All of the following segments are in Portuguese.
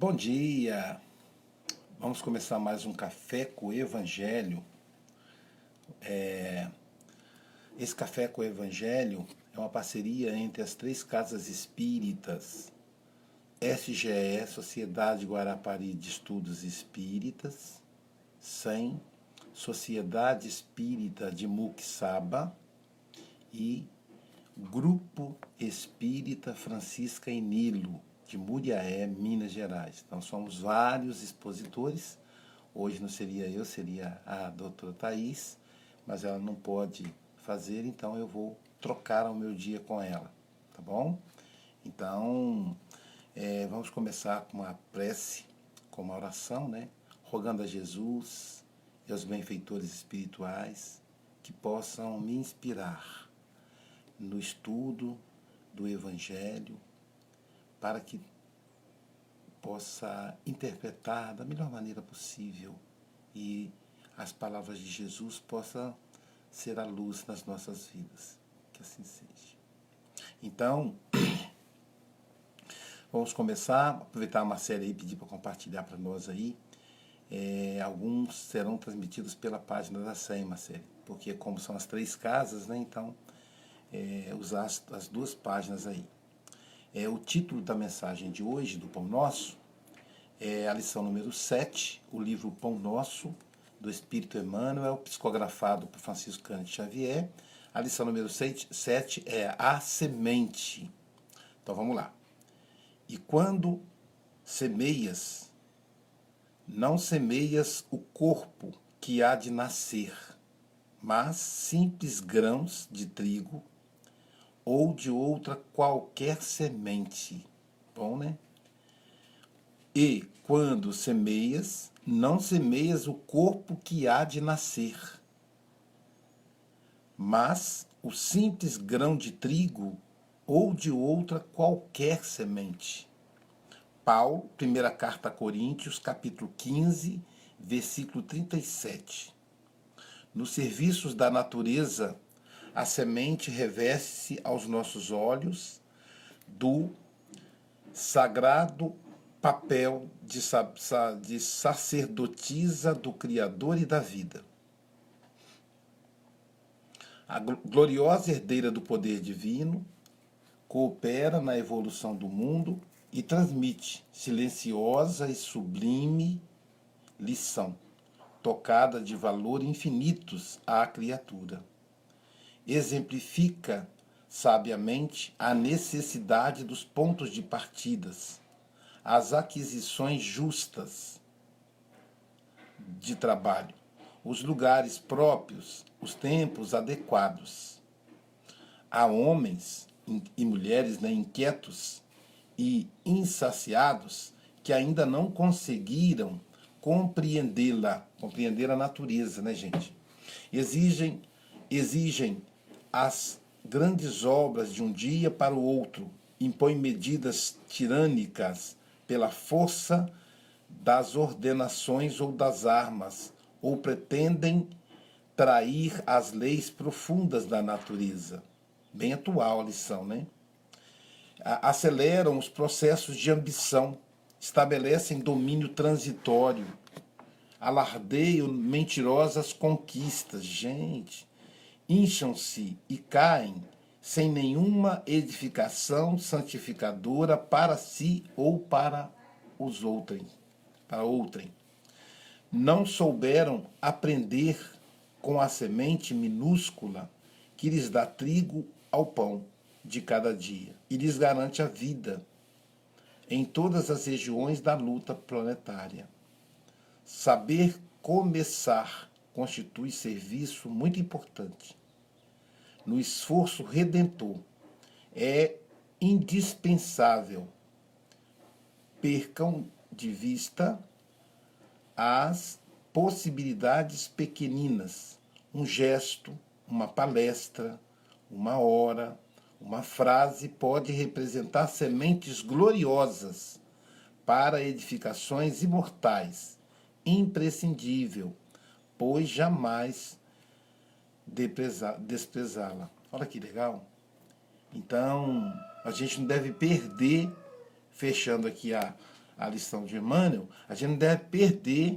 Bom dia! Vamos começar mais um Café com o Evangelho. Esse Café com o Evangelho é uma parceria entre as três casas espíritas, SGE, Sociedade Guarapari de Estudos Espíritas, SEM, Sociedade Espírita de Muquissaba e Grupo Espírita Francisca e Nilo, de Muriaé, Minas Gerais. Então somos vários expositores. Hoje não seria eu, seria a doutora Thais, mas ela não pode fazer, então eu vou trocar o meu dia com ela, tá bom? Então, vamos começar com uma prece, com uma oração, né? Rogando a Jesus e aos benfeitores espirituais que possam me inspirar no estudo do Evangelho, para que possa interpretar da melhor maneira possível e as palavras de Jesus possam ser a luz nas nossas vidas. Que assim seja. Então, vamos começar, aproveitar uma série e pedir para compartilhar para nós aí. Alguns serão transmitidos pela página da SEM, Marcelo, porque como são as três casas, né, então usar as duas páginas aí. O título da mensagem de hoje, do Pão Nosso, é a lição número 7, o livro Pão Nosso, do Espírito Emmanuel, psicografado por Francisco Cândido Xavier. A lição número 7 é a semente. Então vamos lá. E quando semeias, não semeias o corpo que há de nascer, mas simples grãos de trigo ou de outra qualquer semente. Bom, né? E quando semeias, não semeias o corpo que há de nascer, mas o simples grão de trigo ou de outra qualquer semente. Paulo, primeira carta a Coríntios, capítulo 15, versículo 37. Nos serviços da natureza, a semente reveste-se aos nossos olhos do sagrado papel de sacerdotisa do Criador e da vida. A gloriosa herdeira do poder divino coopera na evolução do mundo e transmite silenciosa e sublime lição, tocada de valor infinitos à criatura. Exemplifica sabiamente a necessidade dos pontos de partidas, as aquisições justas de trabalho, os lugares próprios, os tempos adequados. Há homens e mulheres, né, inquietos e insaciados que ainda não conseguiram compreender a natureza, né, gente? Exigem as grandes obras de um dia para o outro, impõem medidas tirânicas pela força das ordenações ou das armas, ou pretendem trair as leis profundas da natureza. Bem atual a lição, né? Aceleram os processos de ambição, estabelecem domínio transitório, alardeiam mentirosas conquistas. Gente, incham-se e caem sem nenhuma edificação santificadora para si ou para os outrem. Não souberam aprender com a semente minúscula que lhes dá trigo ao pão de cada dia e lhes garante a vida em todas as regiões da luta planetária. Saber começar constitui serviço muito importante. No esforço redentor, é indispensável percam de vista as possibilidades pequeninas, um gesto, uma palestra, uma hora, uma frase pode representar sementes gloriosas para edificações imortais, imprescindível, pois jamais desprezá-la. Olha que legal. Então, a gente não deve perder, fechando aqui a a lição de Emmanuel, a gente não deve perder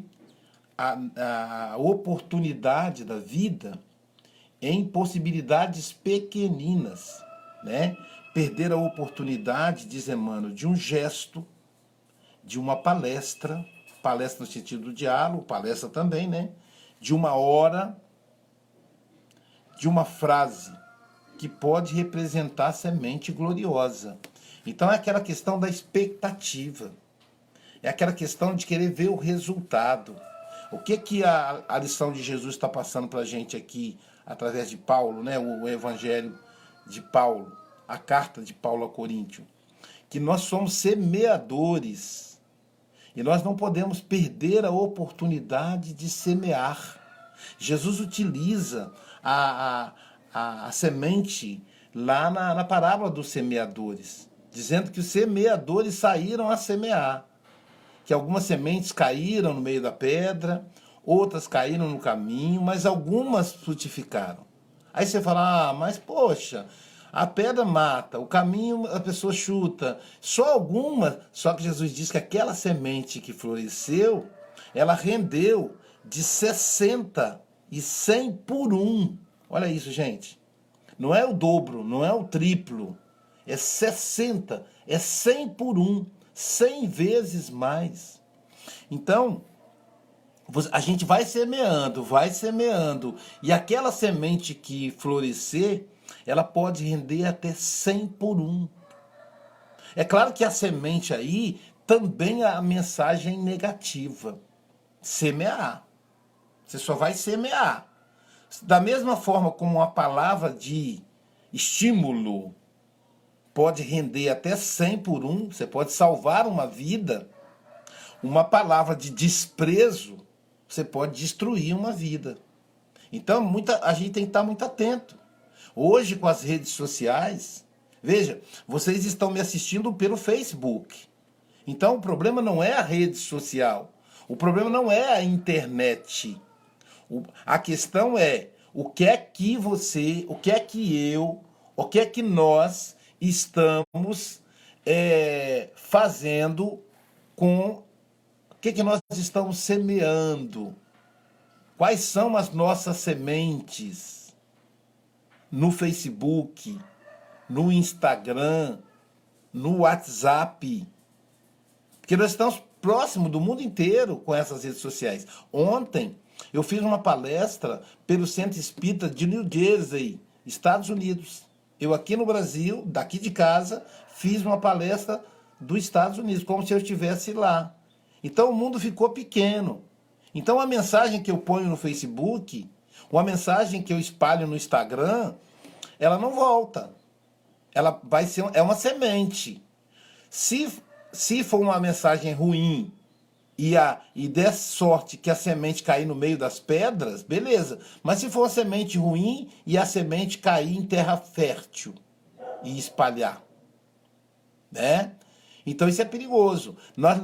a oportunidade da vida em possibilidades pequeninas, né? Perder a oportunidade, diz Emmanuel, de um gesto, de uma palestra, palestra no sentido do diálogo, palestra também, né? De uma hora, de uma frase que pode representar semente gloriosa. Então é aquela questão da expectativa, é aquela questão de querer ver o resultado. O que a lição de Jesus está passando para a gente aqui, através de Paulo, né? O Evangelho de Paulo, a carta de Paulo a Coríntio? Que nós somos semeadores e nós não podemos perder a oportunidade de semear. Jesus utiliza a semente lá na parábola dos semeadores, dizendo que os semeadores saíram a semear, que algumas sementes caíram no meio da pedra, outras caíram no caminho, mas algumas frutificaram. Aí você fala, mas poxa, a pedra mata, o caminho a pessoa chuta, só algumas. Só que Jesus diz que aquela semente que floresceu, ela rendeu de 60 e 100 por um. Olha isso, gente. Não é o dobro, não é o triplo. É 60, é 100 por um. 100 vezes mais. Então, a gente vai semeando, e aquela semente que florescer, ela pode render até 100 por um. É claro que a semente aí também é a mensagem negativa. Semear. Você só vai semear. Da mesma forma como uma palavra de estímulo pode render até 100 por um, você pode salvar uma vida, uma palavra de desprezo, você pode destruir uma vida. Então, a gente tem que estar muito atento. Hoje, com as redes sociais, veja, vocês estão me assistindo pelo Facebook. Então, o problema não é a rede social, o problema não é a internet. A questão é o que é que você, o que é que eu, o que é que nós estamos fazendo com o que nós estamos semeando. Quais são as nossas sementes no Facebook, no Instagram, no WhatsApp? Porque nós estamos próximos do mundo inteiro com essas redes sociais. Ontem eu fiz uma palestra pelo Centro Espírita de New Jersey, Estados Unidos. Eu aqui no Brasil, daqui de casa, fiz uma palestra dos Estados Unidos, como se eu estivesse lá. Então o mundo ficou pequeno. Então a mensagem que eu ponho no Facebook, uma mensagem que eu espalho no Instagram, ela não volta. Ela vai ser, é uma semente. Se for uma mensagem ruim e der sorte que a semente cair no meio das pedras, beleza. Mas se for uma semente ruim e a semente cair em terra fértil e espalhar, né? Então isso é perigoso.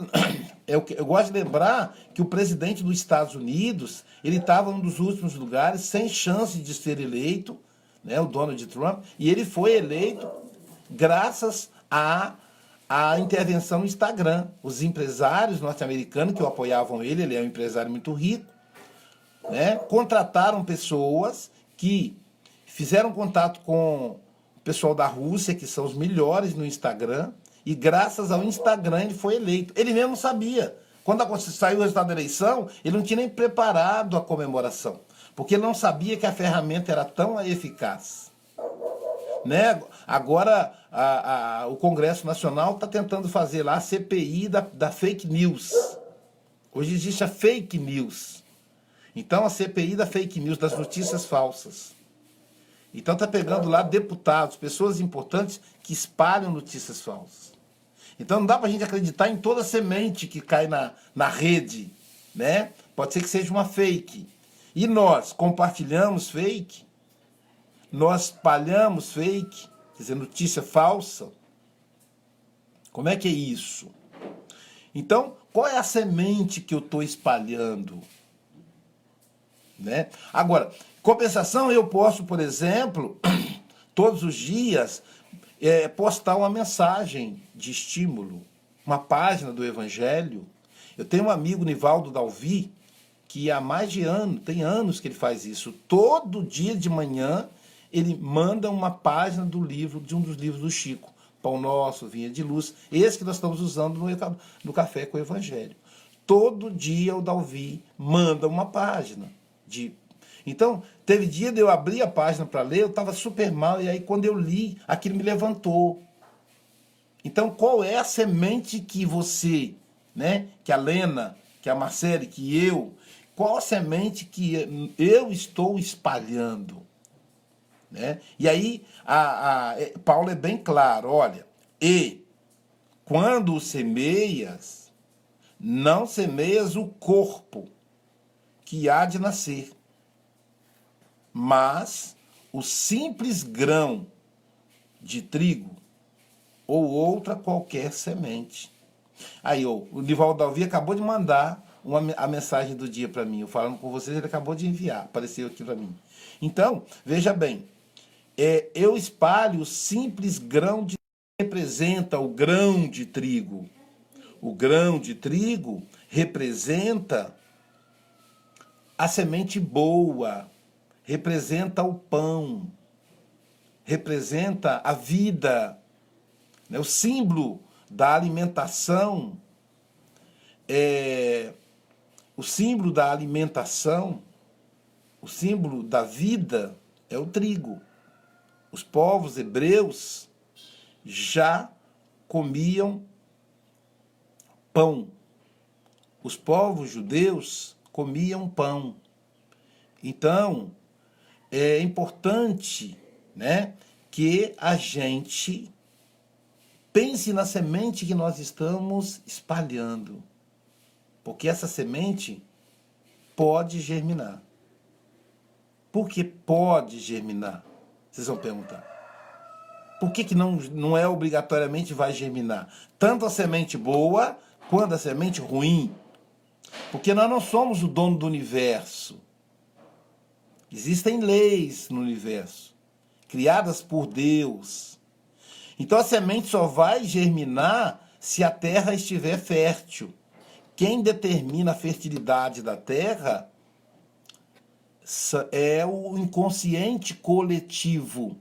Eu gosto de lembrar que o presidente dos Estados Unidos, ele estava em um dos últimos lugares, sem chance de ser eleito, né, o Donald Trump, e ele foi eleito graças à intervenção no Instagram. Os empresários norte-americanos que o apoiavam ele é um empresário muito rico, né, contrataram pessoas que fizeram contato com o pessoal da Rússia, que são os melhores no Instagram, e graças ao Instagram ele foi eleito. Ele mesmo sabia. Quando saiu o resultado da eleição, ele não tinha nem preparado a comemoração, porque ele não sabia que a ferramenta era tão eficaz. Né? Agora, o Congresso Nacional está tentando fazer lá a CPI da fake news. Hoje existe a fake news. Então, a CPI da fake news, das notícias falsas. Então, está pegando lá deputados, pessoas importantes que espalham notícias falsas. Então, não dá para a gente acreditar em toda semente que cai na rede, né? Pode ser que seja uma fake. E nós compartilhamos fake, nós espalhamos fake, quer dizer, notícia falsa. Como é que é isso? Então, qual é a semente que eu estou espalhando? Né? Agora, compensação, eu posso, por exemplo, todos os dias, postar uma mensagem de estímulo, uma página do Evangelho. Eu tenho um amigo, Nivaldo Dalvi, que há mais de ano, tem anos que ele faz isso. Todo dia de manhã ele manda uma página do livro, de um dos livros do Chico, Pão Nosso, Vinha de Luz, esse que nós estamos usando no Café com o Evangelho. Todo dia o Dalvi manda uma página de... Então, teve dia de eu abrir a página para ler, eu estava super mal, e aí quando eu li, aquilo me levantou. Então, qual é a semente que você, né, que a Lena, que a Marcele, que eu, qual a semente que eu estou espalhando? Né? E aí, Paulo é bem claro, olha, e quando semeias, não semeias o corpo que há de nascer, mas o simples grão de trigo ou outra qualquer semente. Aí, o Nivaldo Dalvi acabou de mandar a mensagem do dia para mim. Eu falando com vocês, ele acabou de enviar, apareceu aqui para mim. Então, veja bem, eu espalho o simples grão de representa o grão de trigo. O grão de trigo representa a semente boa, representa o pão, representa a vida, né? O símbolo da alimentação, o símbolo da alimentação, o símbolo da vida é o trigo. Os povos hebreus já comiam pão. Os povos judeus comiam pão. Então, é importante, né, que a gente pense na semente que nós estamos espalhando. Porque essa semente pode germinar. Por que pode germinar? Vocês vão perguntar. Por que não é obrigatoriamente vai germinar? Tanto a semente boa quanto a semente ruim. Porque nós não somos o dono do universo. Existem leis no universo, criadas por Deus. Então a semente só vai germinar se a terra estiver fértil. Quem determina a fertilidade da terra é o inconsciente coletivo.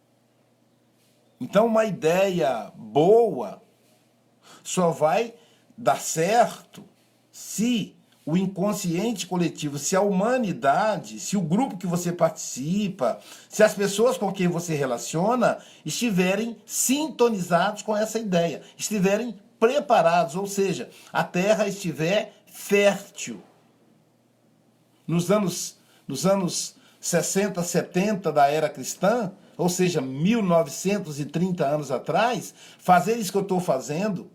Então uma ideia boa só vai dar certo se o inconsciente coletivo, se a humanidade, se o grupo que você participa, se as pessoas com quem você relaciona estiverem sintonizados com essa ideia, estiverem preparados, ou seja, a terra estiver fértil. Nos anos 60, 70 da era cristã, ou seja, 1930 anos atrás, fazer isso que eu estou fazendo,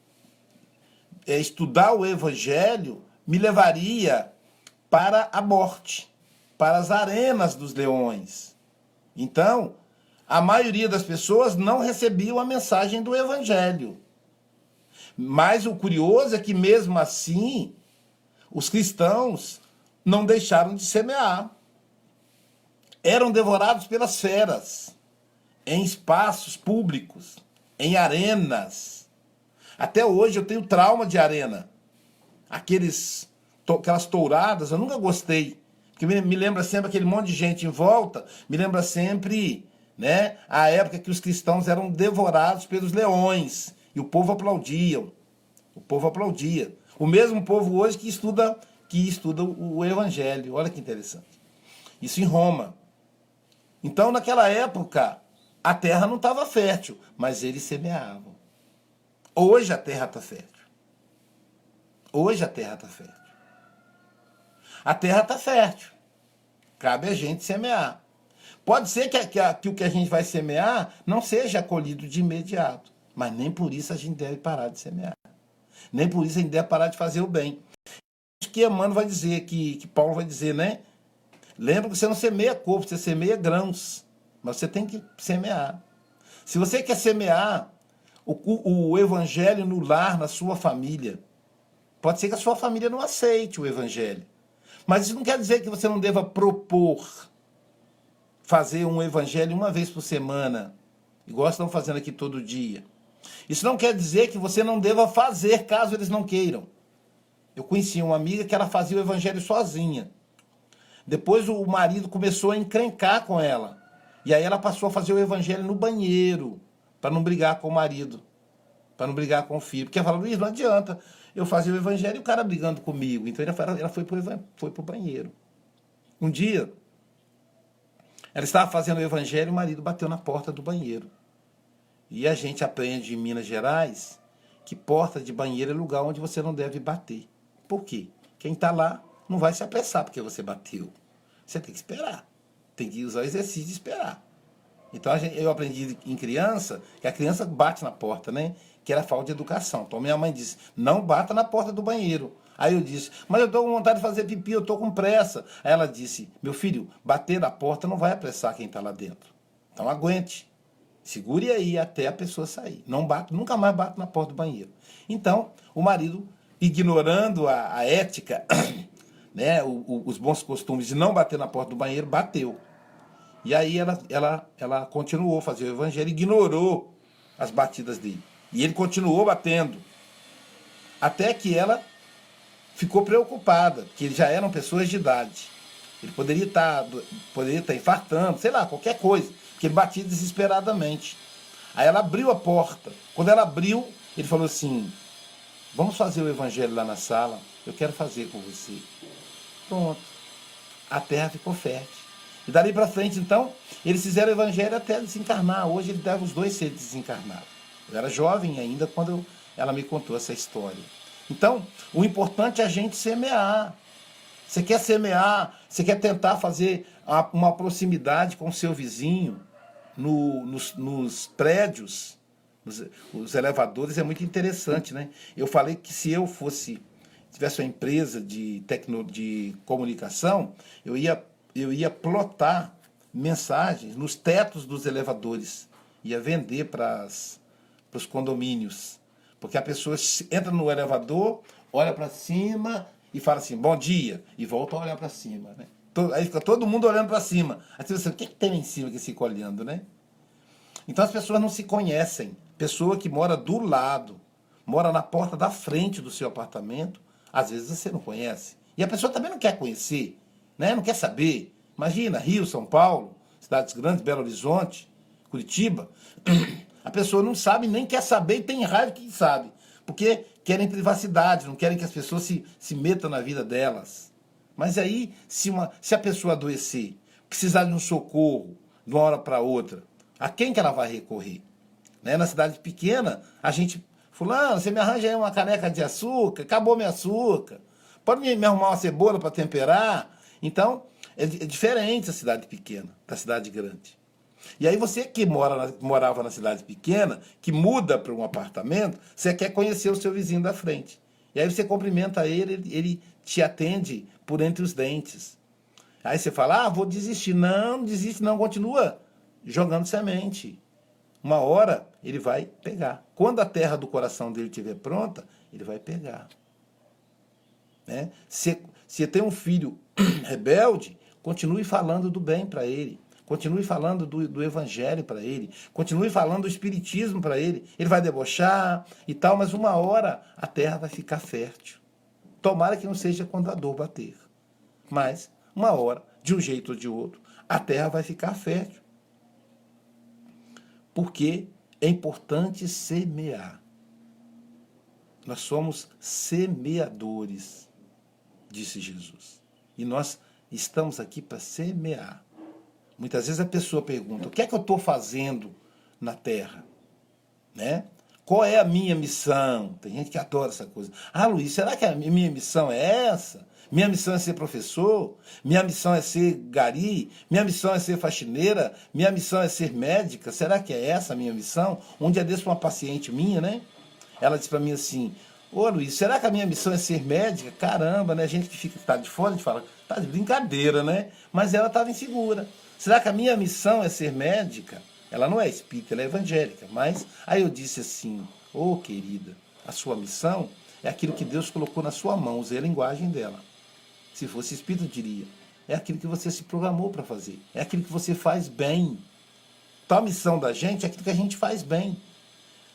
estudar o Evangelho, me levaria para a morte, para as arenas dos leões. Então, a maioria das pessoas não recebiam a mensagem do Evangelho. Mas o curioso é que, mesmo assim, os cristãos não deixaram de semear. Eram devorados pelas feras, em espaços públicos, em arenas. Até hoje eu tenho trauma de arena. Aquelas touradas, eu nunca gostei. Porque me lembra sempre aquele monte de gente em volta, me lembra sempre, né, a época que os cristãos eram devorados pelos leões. E o povo aplaudia. O povo aplaudia. O mesmo povo hoje que estuda o Evangelho. Olha que interessante. Isso em Roma. Então, naquela época, a terra não estava fértil, mas eles semeavam. Hoje a terra está fértil. Hoje a terra está fértil. A terra está fértil. Cabe a gente semear. Pode ser que o que a gente vai semear não seja colhido de imediato, mas nem por isso a gente deve parar de semear. Nem por isso a gente deve parar de fazer o bem. Que Emmanuel vai dizer, que Paulo vai dizer, né? Lembra que você não semeia corpo, você semeia grãos. Mas você tem que semear. Se você quer semear o Evangelho no lar, na sua família, pode ser que a sua família não aceite o Evangelho. Mas isso não quer dizer que você não deva propor fazer um Evangelho uma vez por semana, igual estão fazendo aqui todo dia. Isso não quer dizer que você não deva fazer caso eles não queiram. Eu conheci uma amiga que ela fazia o evangelho sozinha. Depois o marido começou a encrencar com ela. E aí ela passou a fazer o evangelho no banheiro, para não brigar com o marido, para não brigar com o filho. Porque ela falou, Luiz, não adianta eu fazer o evangelho e o cara brigando comigo. Então ela foi para o banheiro. Um dia, ela estava fazendo o evangelho e o marido bateu na porta do banheiro. E a gente aprende em Minas Gerais que porta de banheiro é lugar onde você não deve bater. Por quê? Quem está lá não vai se apressar porque você bateu. Você tem que esperar. Tem que usar o exercício de esperar. Então eu aprendi em criança que a criança bate na porta, né? Que era falta de educação. Então minha mãe disse, não bata na porta do banheiro. Aí eu disse, mas eu estou com vontade de fazer pipi, eu estou com pressa. Aí ela disse, meu filho, bater na porta não vai apressar quem está lá dentro. Então aguente. Segure aí até a pessoa sair. Não bate, nunca mais bate na porta do banheiro. Então, o marido, ignorando a ética, né, os bons costumes de não bater na porta do banheiro, bateu. E aí ela continuou a fazer o evangelho, ignorou as batidas dele. E ele continuou batendo. Até que ela ficou preocupada, porque eles já eram pessoas de idade. Ele poderia estar infartando, sei lá, qualquer coisa. Porque ele batia desesperadamente. Aí ela abriu a porta. Quando ela abriu, ele falou assim, vamos fazer o evangelho lá na sala, eu quero fazer com você. Pronto. A terra ficou fértil. E dali para frente, então, eles fizeram o evangelho até desencarnar. Hoje ele deve os dois ser desencarnados. Eu era jovem ainda quando ela me contou essa história. Então, o importante é a gente semear. Você quer semear, você quer tentar fazer uma proximidade com o seu vizinho nos prédios, os elevadores, é muito interessante, né? Eu falei que se eu tivesse uma empresa de comunicação, eu ia plotar mensagens nos tetos dos elevadores, ia vender para os condomínios, porque a pessoa entra no elevador, olha para cima e fala assim, bom dia, e volta a olhar para cima, né? Aí fica todo mundo olhando para cima. Aí você pensa, o que tem lá em cima que fica olhando, né? Então as pessoas não se conhecem. Pessoa que mora do lado, mora na porta da frente do seu apartamento, às vezes você não conhece. E a pessoa também não quer conhecer, né? Não quer saber. Imagina, Rio, São Paulo, cidades grandes, Belo Horizonte, Curitiba. A pessoa não sabe, nem quer saber e tem raiva que sabe. Porque querem privacidade, não querem que as pessoas se metam na vida delas. Mas aí, se a pessoa adoecer, precisar de um socorro de uma hora para outra, a quem que ela vai recorrer? Né? Na cidade pequena, a gente... Fulano, você me arranja aí uma caneca de açúcar? Acabou meu açúcar. Pode me arrumar uma cebola para temperar? Então, é diferente a cidade pequena da cidade grande. E aí você que morava na cidade pequena, que muda para um apartamento, você quer conhecer o seu vizinho da frente. E aí você cumprimenta ele te atende por entre os dentes. Aí você fala, vou desistir. Não desiste não, continua jogando semente. Uma hora ele vai pegar. Quando a terra do coração dele estiver pronta, ele vai pegar. Né? Se tem um filho rebelde, continue falando do bem para ele. Continue falando do evangelho para ele. Continue falando do espiritismo para ele. Ele vai debochar e tal, mas uma hora a terra vai ficar fértil. Tomara que não seja quando a dor bater. Mas, uma hora, de um jeito ou de outro, a terra vai ficar fértil. Porque é importante semear. Nós somos semeadores, disse Jesus. E nós estamos aqui para semear. Muitas vezes a pessoa pergunta, o que é que eu estou fazendo na terra? Né? Qual é a minha missão? Tem gente que adora essa coisa. Luiz, será que a minha missão é essa? Minha missão é ser professor? Minha missão é ser gari? Minha missão é ser faxineira? Minha missão é ser médica? Será que é essa a minha missão? Um dia desse para uma paciente minha, né? Ela disse para mim assim, ô Luiz, será que a minha missão é ser médica? Caramba, né? A gente que está de fora, a gente fala, tá de brincadeira, né? Mas ela estava insegura. Será que a minha missão é ser médica? Ela não é espírita, ela é evangélica. Mas aí eu disse assim, querida, a sua missão é aquilo que Deus colocou na sua mão, usei a linguagem dela. Se fosse espírita, eu diria, é aquilo que você se programou para fazer, é aquilo que você faz bem. Então a missão da gente é aquilo que a gente faz bem.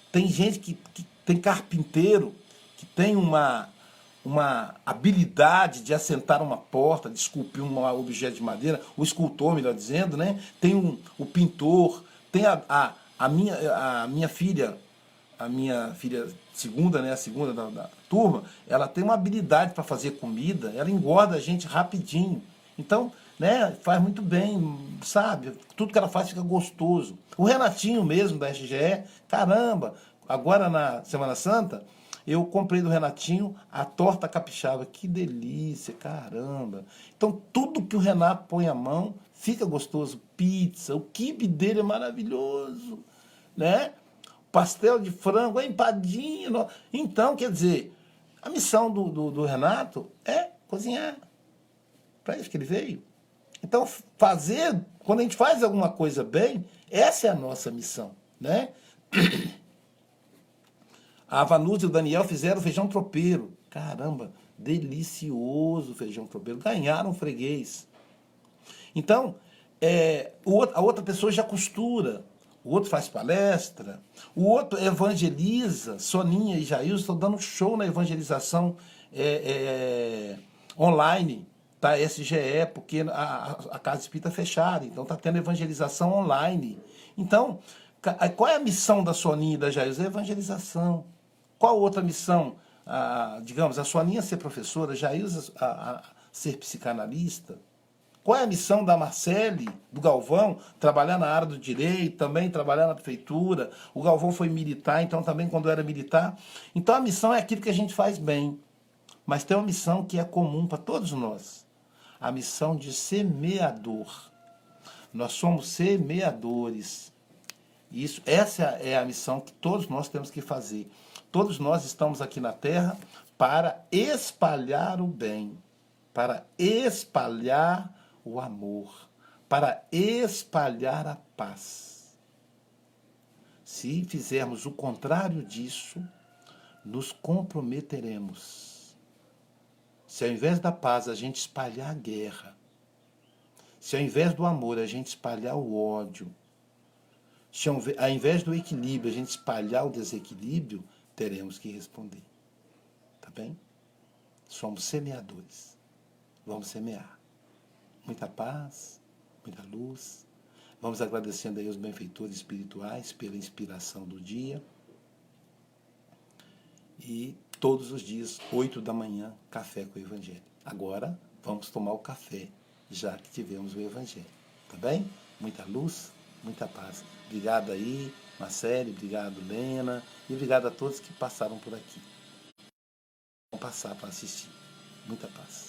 Tem gente que tem carpinteiro, que tem uma habilidade de assentar uma porta, de esculpir um objeto de madeira, o escultor, melhor dizendo, né? Tem o pintor, tem a minha filha, segunda, né, a segunda da turma, ela tem uma habilidade para fazer comida, ela engorda a gente rapidinho. Então, né, faz muito bem, sabe? Tudo que ela faz fica gostoso. O Renatinho mesmo, da SGE, caramba, agora na Semana Santa, eu comprei do Renatinho a torta capixaba. Que delícia, caramba. Então, tudo que o Renato põe a mão fica gostoso. Pizza, o quibe dele é maravilhoso, né? Pastel de frango, é empadinho. Então, quer dizer, a missão do Renato é cozinhar. Para isso que ele veio. Então, quando a gente faz alguma coisa bem, essa é a nossa missão, né? A Vanusa e o Daniel fizeram feijão tropeiro. Caramba, delicioso feijão tropeiro. Ganharam freguês. Então, a outra pessoa já costura, o outro faz palestra, o outro evangeliza. Soninha e Jailson estão dando show na evangelização online da SGE, porque a Casa Espírita é fechada, então está tendo evangelização online. Então, qual é a missão da Soninha e da Jailson? É evangelização. Qual outra missão? Digamos, a Soninha ser professora, Jailson ser psicanalista. Qual é a missão da Marcele, do Galvão? Trabalhar na área do direito, também trabalhar na prefeitura. O Galvão foi militar, então também quando era militar. Então a missão é aquilo que a gente faz bem. Mas tem uma missão que é comum para todos nós. A missão de semeador. Nós somos semeadores. Essa é a missão que todos nós temos que fazer. Todos nós estamos aqui na Terra para espalhar o bem, para espalhar o amor, para espalhar a paz. Se fizermos o contrário disso, nos comprometeremos. Se ao invés da paz a gente espalhar a guerra, se ao invés do amor a gente espalhar o ódio, se ao invés do equilíbrio a gente espalhar o desequilíbrio, teremos que responder. Tá bem? Somos semeadores. Vamos semear. Muita paz, muita luz. Vamos agradecendo aí os benfeitores espirituais pela inspiração do dia. E todos os dias, 8 da manhã, café com o Evangelho. Agora, vamos tomar o café, já que tivemos o Evangelho. Tá bem? Muita luz, muita paz. Obrigado aí, Marcele, obrigado, Lena, e obrigado a todos que passaram por aqui. Vão passar para assistir. Muita paz.